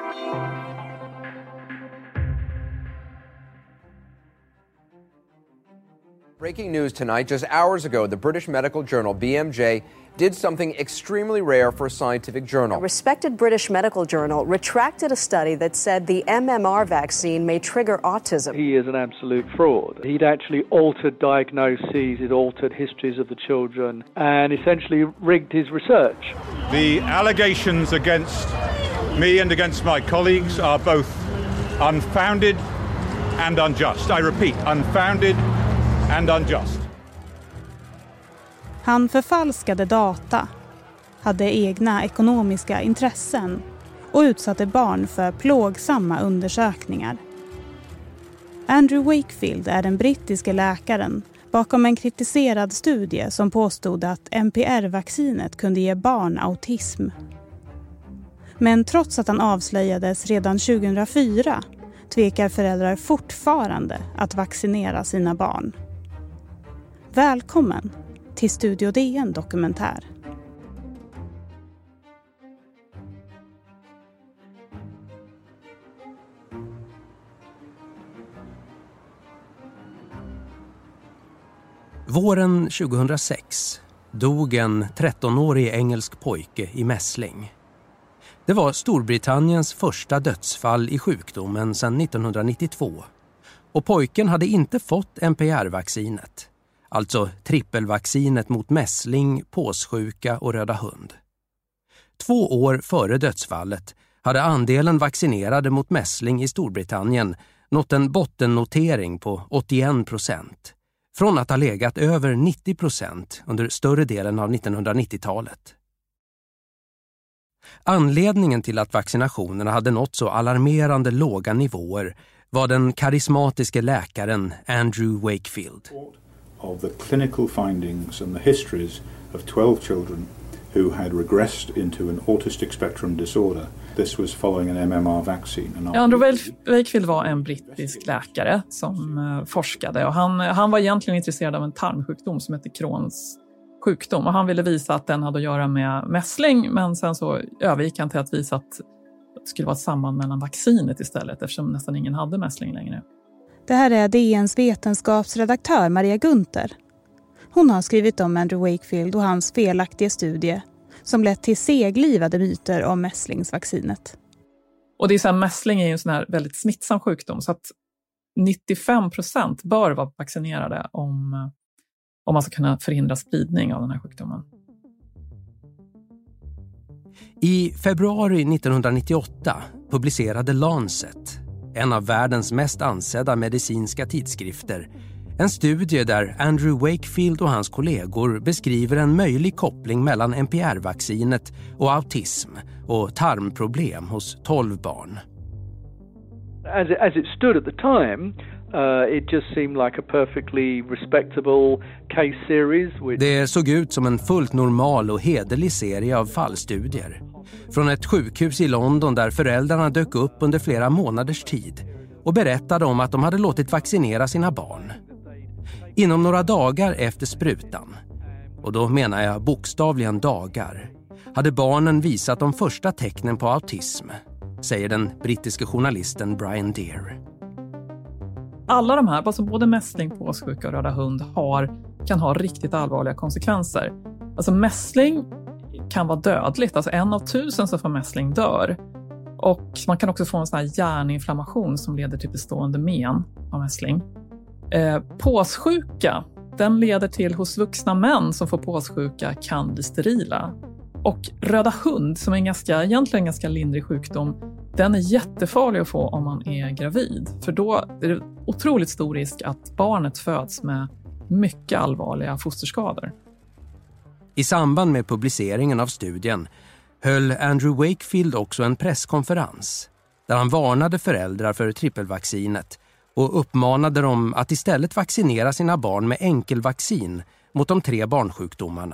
Breaking news tonight. Just hours ago, the British medical journal BMJ did something extremely rare for a scientific journal. A respected British medical journal retracted a study that said the MMR vaccine may trigger autism. He is an absolute fraud. He'd actually altered diagnoses, he'd altered histories of the children, and essentially rigged his research. The allegations against me and against my colleagues are both unfounded and unjust. I repeat, unfounded and unjust. Han förfalskade data, hade egna ekonomiska intressen och utsatte barn för plågsamma undersökningar. Andrew Wakefield är den brittiske läkaren bakom en kritiserad studie som påstod att MPR-vaccinet kunde ge barn autism. Men trots att han avslöjades redan 2004 tvekar föräldrar fortfarande att vaccinera sina barn. Välkommen till Studio DN Dokumentär. Våren 2006 dog en 13-årig engelsk pojke i mässling. Det var Storbritanniens första dödsfall i sjukdomen sedan 1992. Och pojken hade inte fått MPR-vaccinet. Alltså trippelvaccinet mot mässling, påssjuka och röda hund. 2 år före dödsfallet hade andelen vaccinerade mot mässling i Storbritannien nått en bottennotering på 81%. Från att ha legat över 90% under större delen av 1990-talet. Anledningen till att vaccinationerna hade nått så alarmerande låga nivåer var den karismatiske läkaren Andrew Wakefield. Of the clinical findings and the histories of 12 children who had regressed into an autistic spectrum disorder. This was following an MMR vaccine. Andrew Wakefield var en brittisk läkare som forskade och han var egentligen intresserad av en tarmsjukdom som heter Crohns sjukdom och han ville visa att den hade att göra med mässling, men sen så övergick han till att visa att det skulle vara ett samband mellan vaccinet istället eftersom nästan ingen hade mässling längre. Det här är DNs vetenskapsredaktör Maria Gunther. Hon har skrivit om Andrew Wakefield och hans felaktiga studie som lett till seglivade myter om mässlingsvaccinet. Och det är så här, mässling är ju en sån här väldigt smittsam sjukdom så att 95% bör vara vaccinerade om man ska kunna förhindra spridning av den här sjukdomen. I februari 1998 publicerade Lancet, en av världens mest ansedda medicinska tidskrifter, en studie där Andrew Wakefield och hans kollegor beskriver en möjlig koppling mellan MPR-vaccinet och autism och tarmproblem hos 12 barn. As it stood at the time, it just seemed like a perfectly respectable case series. Det såg ut som en fullt normal och hederlig serie av fallstudier. Från ett sjukhus i London där föräldrarna dök upp under flera månaders tid och berättade om att de hade låtit vaccinera sina barn. Inom några dagar efter sprutan, och då menar jag bokstavligen dagar, hade barnen visat de första tecknen på autism, säger den brittiske journalisten Brian Deer. Alla de här, alltså både mässling, påssjuka och röda hund, kan ha riktigt allvarliga konsekvenser. Alltså mässling kan vara dödligt, alltså 1 av 1000 som får mässling dör. Och man kan också få en sån här hjärninflammation som leder till bestående men av mässling. Påssjuka, den leder till hos vuxna män som får påssjuka kan bli sterila. Och röda hund, som är egentligen en ganska lindrig sjukdom, den är jättefarlig att få om man är gravid. För då är det otroligt stor risk att barnet föds med mycket allvarliga fosterskador. I samband med publiceringen av studien höll Andrew Wakefield också en presskonferens där han varnade föräldrar för trippelvaccinet och uppmanade dem att istället vaccinera sina barn med enkelvaccin mot de 3 barnsjukdomarna.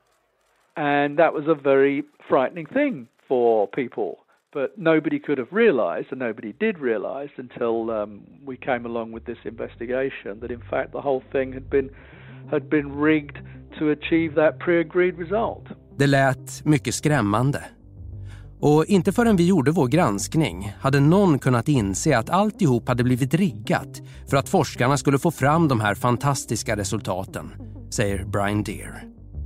And that was a very frightening thing for people. But nobody could have realized, and nobody did realize until we came along with this investigation, that in fact the whole thing had been rigged to achieve that pre-agreed result. Det lät mycket skrämmande. Och inte förrän vi gjorde vår granskning hade någon kunnat inse att alltihop hade blivit riggat för att forskarna skulle få fram de här fantastiska resultaten, säger Brian Deer.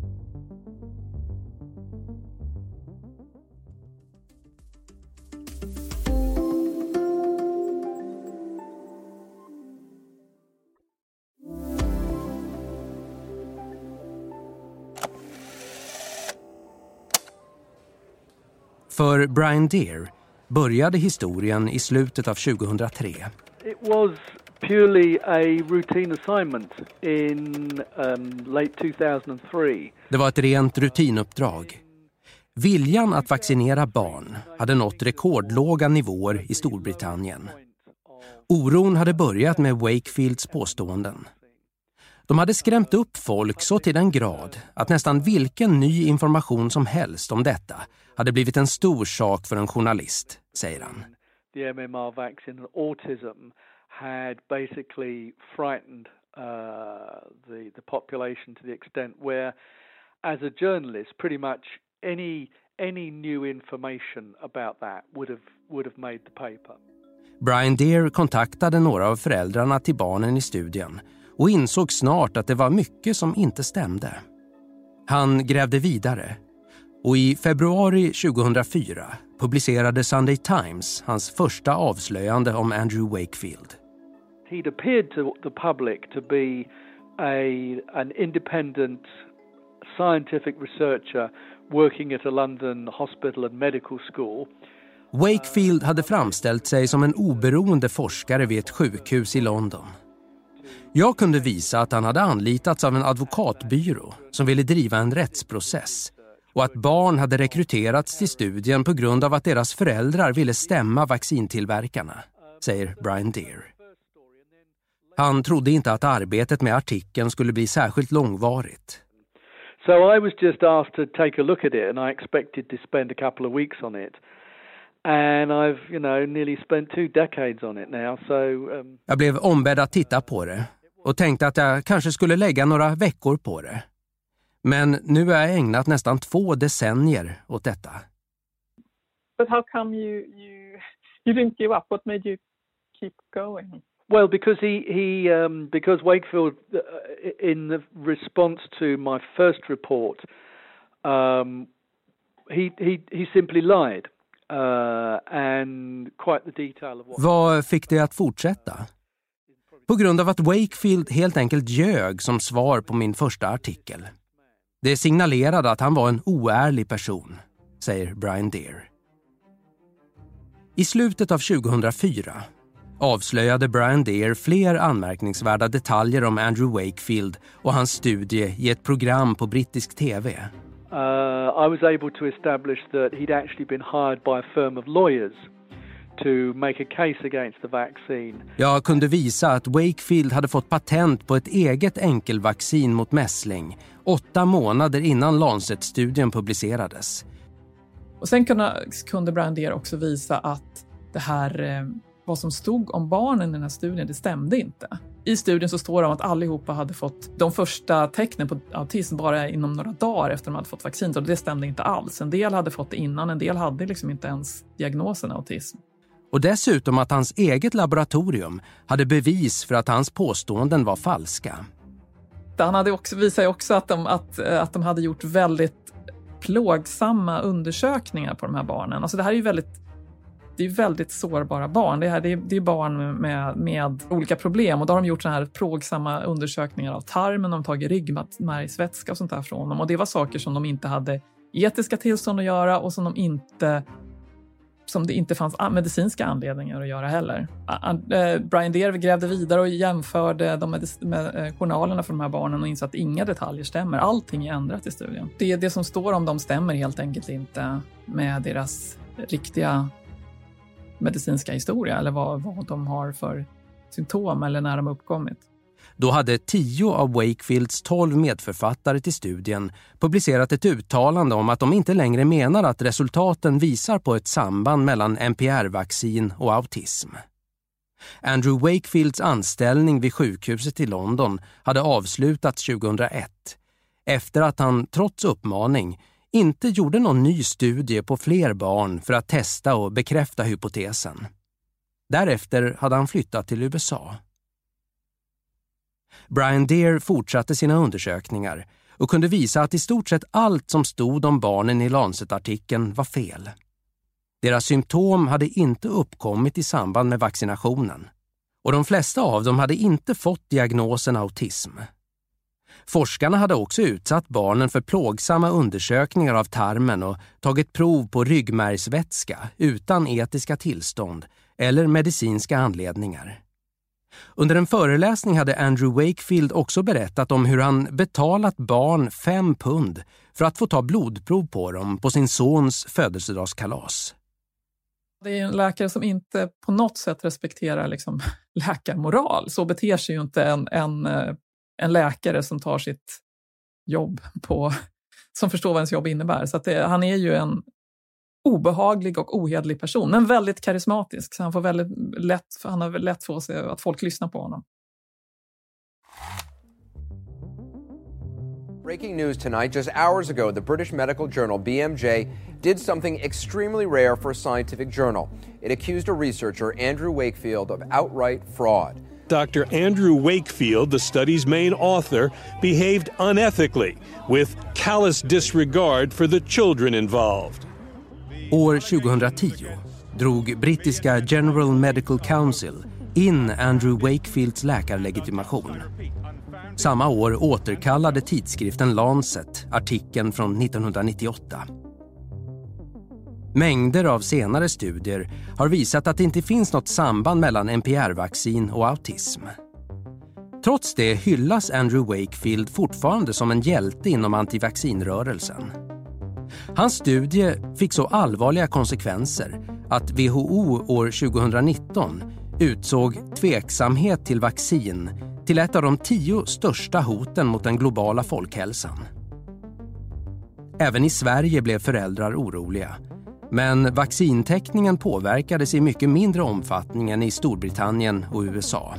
För Brian Deer började historien i slutet av 2003. It was purely a routine assignment in late 2003. Det var ett rent rutinuppdrag. Viljan att vaccinera barn hade nått rekordlåga nivåer i Storbritannien. Oron hade börjat med Wakefields påståenden. De hade skrämt upp folk så till den grad att nästan vilken ny information som helst om detta hade blivit en stor sak för en journalist, säger han. The MMR vaccine and autism had basically frightened the population to the extent where, as a journalist, pretty much any new information about that would have made the paper. Brian Deer kontaktade några av föräldrarna till barnen i studien och insåg snart att det var mycket som inte stämde. Han grävde vidare och i februari 2004 publicerade Sunday Times hans första avslöjande om Andrew Wakefield. He'd appeared to the public to be an independent scientific researcher working at a London hospital and medical school. Wakefield hade framställt sig som en oberoende forskare vid ett sjukhus i London. Jag kunde visa att han hade anlitats av en advokatbyrå som ville driva en rättsprocess och att barn hade rekryterats till studien på grund av att deras föräldrar ville stämma vaccintillverkarna, säger Brian Deer. Han trodde inte att arbetet med artikeln skulle bli särskilt långvarigt. So I was just asked to take a look at it and I expected to spend a couple of weeks on it. And I've, nearly spent 2 decades on it now. Jag blev ombedd att titta på det och tänkte att jag kanske skulle lägga några veckor på det. Men nu är jag ägnat nästan 2 decennier åt detta. But how come you didn't give up? What made you keep going? Well, because because Wakefield, in the response to my first report, he simply lied. And quite the detail of Vad fick det att fortsätta? På grund av att Wakefield helt enkelt ljög som svar på min första artikel. Det signalerade att han var en oärlig person, säger Brian Deer. I slutet av 2004 avslöjade Brian Deer fler anmärkningsvärda detaljer om Andrew Wakefield och hans studie i ett program på brittisk tv. I was able to establish that he'd actually been hired by a firm of lawyers to make a case against the vaccine. Jag kunde visa att Wakefield hade fått patent på ett eget enkelvaccin mot mässling 8 månader innan Lancet-studien publicerades. Och sen kunde Brian Deer också visa att det här, vad som stod om barnen i den här studien, det stämde inte. I studien så står det om att allihopa hade fått de första tecknen på autism bara inom några dagar efter de hade fått vaccinet. Och det stämde inte alls. En del hade fått det innan, en del hade liksom inte ens diagnosen autism. Och dessutom att hans eget laboratorium hade bevis för att hans påståenden var falska. Han hade visade också att de hade gjort väldigt plågsamma undersökningar på de här barnen. Alltså det här är ju väldigt sårbara barn. Det är barn med olika problem. Och då har de gjort såna här plågsamma undersökningar av tarmen. De har tagit ryggmärgsvätska och sånt där från dem. Och det var saker som de inte hade etiska tillstånd att göra. Och som det inte fanns medicinska anledningar att göra heller. Brian Deer grävde vidare och jämförde journalerna för de här barnen och insåg att inga detaljer stämmer. Allting är ändrat i studien. Det som står om dem stämmer helt enkelt inte med deras riktiga medicinska historia eller vad de har för symptom eller när de har uppkommit. Då hade 10 av Wakefields 12 medförfattare till studien publicerat ett uttalande om att de inte längre menar att resultaten visar på ett samband mellan MPR-vaccin och autism. Andrew Wakefields anställning vid sjukhuset i London hade avslutats 2001 efter att han trots uppmaning inte gjorde någon ny studie på fler barn för att testa och bekräfta hypotesen. Därefter hade han flyttat till USA. Brian Deer fortsatte sina undersökningar och kunde visa att i stort sett allt som stod om barnen i Lancet-artikeln var fel. Deras symptom hade inte uppkommit i samband med vaccinationen och de flesta av dem hade inte fått diagnosen autism. Forskarna hade också utsatt barnen för plågsamma undersökningar av tarmen och tagit prov på ryggmärgsvätska utan etiska tillstånd eller medicinska anledningar. Under en föreläsning hade Andrew Wakefield också berättat om hur han betalat barn 5 pund för att få ta blodprov på dem på sin sons födelsedagskalas. Det är en läkare som inte på något sätt respekterar liksom läkarmoral. Så beter sig ju inte en läkare som tar sitt jobb som förstår vad ens jobb innebär. Så att han är ju en obehaglig och ohederlig person, men väldigt karismatisk. Så han har väldigt lätt för sig att folk lyssnar på honom. Breaking news tonight. Just hours ago, the British medical journal BMJ did something extremely rare for a scientific journal. It accused a researcher, Andrew Wakefield, of outright fraud. Dr. Andrew Wakefield, the study's main author, behaved unethically with callous disregard for the children involved. År 2010 drog brittiska General Medical Council in Andrew Wakefields läkarlegitimation. Samma år återkallade tidskriften Lancet artikeln från 1998. Mängder av senare studier har visat att det inte finns något samband mellan NPR-vaccin och autism. Trots det hyllas Andrew Wakefield fortfarande som en hjälte inom antivaccinrörelsen. Hans studie fick så allvarliga konsekvenser att WHO år 2019 utsåg tveksamhet till vaccin till ett av de 10 största hoten mot den globala folkhälsan. Även i Sverige blev föräldrar oroliga. Men vaccintäckningen påverkades i mycket mindre omfattning än i Storbritannien och USA.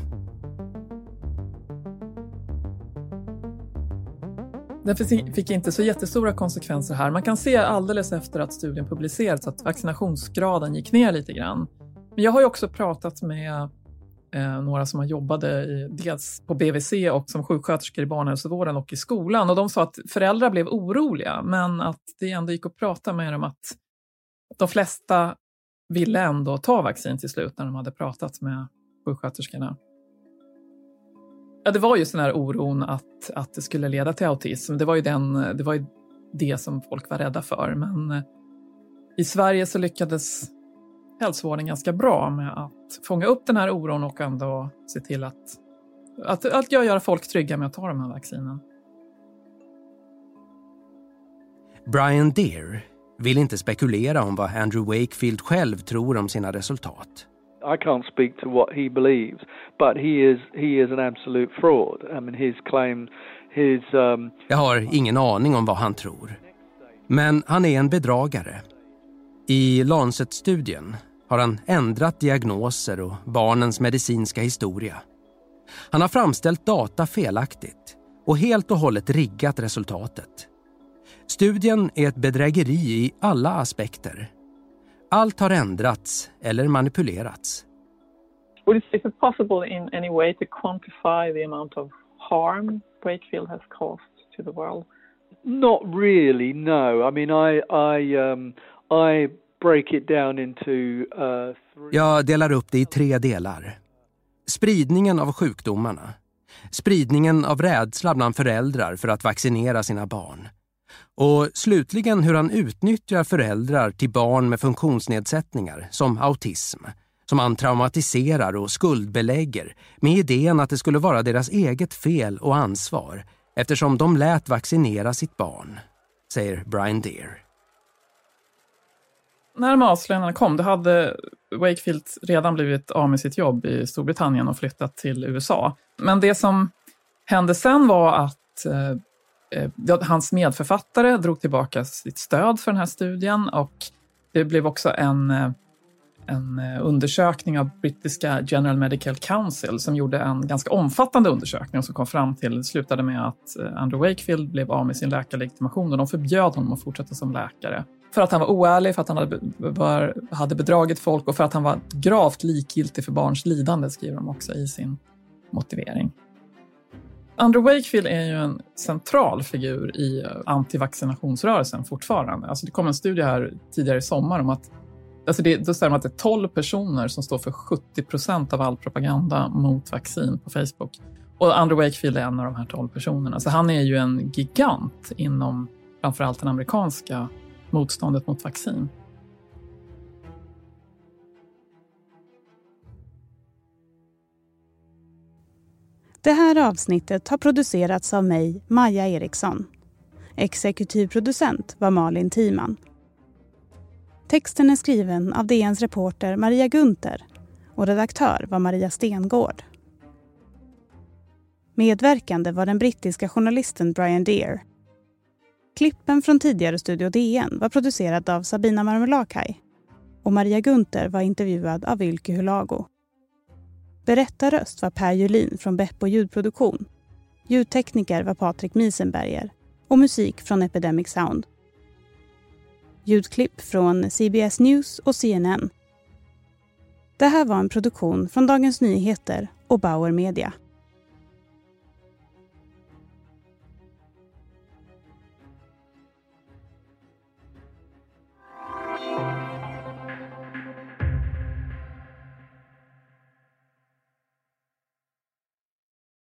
Det fick inte så jättestora konsekvenser här. Man kan se alldeles efter att studien publicerats att vaccinationsgraden gick ner lite grann. Men jag har ju också pratat med några som har jobbade dels på BVC och som sjuksköterskor i barnhälsovården och i skolan. Och de sa att föräldrar blev oroliga, men att det ändå gick att prata med dem att de flesta ville ändå ta vaccin till slut när de hade pratat med sjuksköterskorna. Ja, det var ju sån här oron att det skulle leda till autism. Det var ju det som folk var rädda för. Men i Sverige så lyckades hälsovården ganska bra med att fånga upp den här oron och ändå se till att göra folk trygga med att ta de här vaccinen. Brian Deer vill inte spekulera om vad Andrew Wakefield själv tror om sina resultat. I can't speak to what he believes, but he is an absolute fraud. I mean, his claim, Jag har ingen aning om vad han tror. Men han är en bedragare. I Lancet-studien har han ändrat diagnoser och barnens medicinska historia. Han har framställt data felaktigt och helt och hållet riggat resultatet. Studien är ett bedrägeri i alla aspekter. Allt har ändrats eller manipulerats. Is it possible in any way to quantify the amount of harm Wakefield has caused to the world? Not really, no. I mean, I break it down into three. Jag delar upp det i 3 delar. Spridningen av sjukdomarna. Spridningen av rädsla bland föräldrar för att vaccinera sina barn. Och slutligen hur han utnyttjar föräldrar till barn med funktionsnedsättningar som autism, som han traumatiserar och skuldbelägger med idén att det skulle vara deras eget fel och ansvar eftersom de lät vaccinera sitt barn, säger Brian Deer. När de avslöjandena kom, då hade Wakefield redan blivit av med sitt jobb i Storbritannien och flyttat till USA. Men det som hände sen var att hans medförfattare drog tillbaka sitt stöd för den här studien och det blev också en undersökning av brittiska General Medical Council som gjorde en ganska omfattande undersökning som kom fram till, slutade med att Andrew Wakefield blev av med sin läkarlegitimation och de förbjöd honom att fortsätta som läkare. För att han var oärlig, för att han hade bedragit folk och för att han var gravt likgiltig för barns lidande, skriver de också i sin motivering. Andrew Wakefield är ju en central figur i antivaccinationsrörelsen fortfarande. Alltså det kom en studie här tidigare i sommar om att då säger man att det är 12 personer som står för 70% av all propaganda mot vaccin på Facebook. Och Andrew Wakefield är en av de här 12 personerna. Så han är ju en gigant inom framförallt den amerikanska motståndet mot vaccin. Det här avsnittet har producerats av mig, Maja Eriksson. Exekutiv producent var Malin Timan. Texten är skriven av DNs reporter Maria Gunther och redaktör var Maria Stengård. Medverkande var den brittiska journalisten Brian Deere. Klippen från tidigare Studio DN var producerad av Sabina Marmelakai och Maria Gunther var intervjuad av Ylke Hulago. Berättarröst var Per Julin från Beppo ljudproduktion. Ljudtekniker var Patrik Miesenberger och musik från Epidemic Sound. Ljudklipp från CBS News och CNN. Det här var en produktion från Dagens Nyheter och Bauer Media.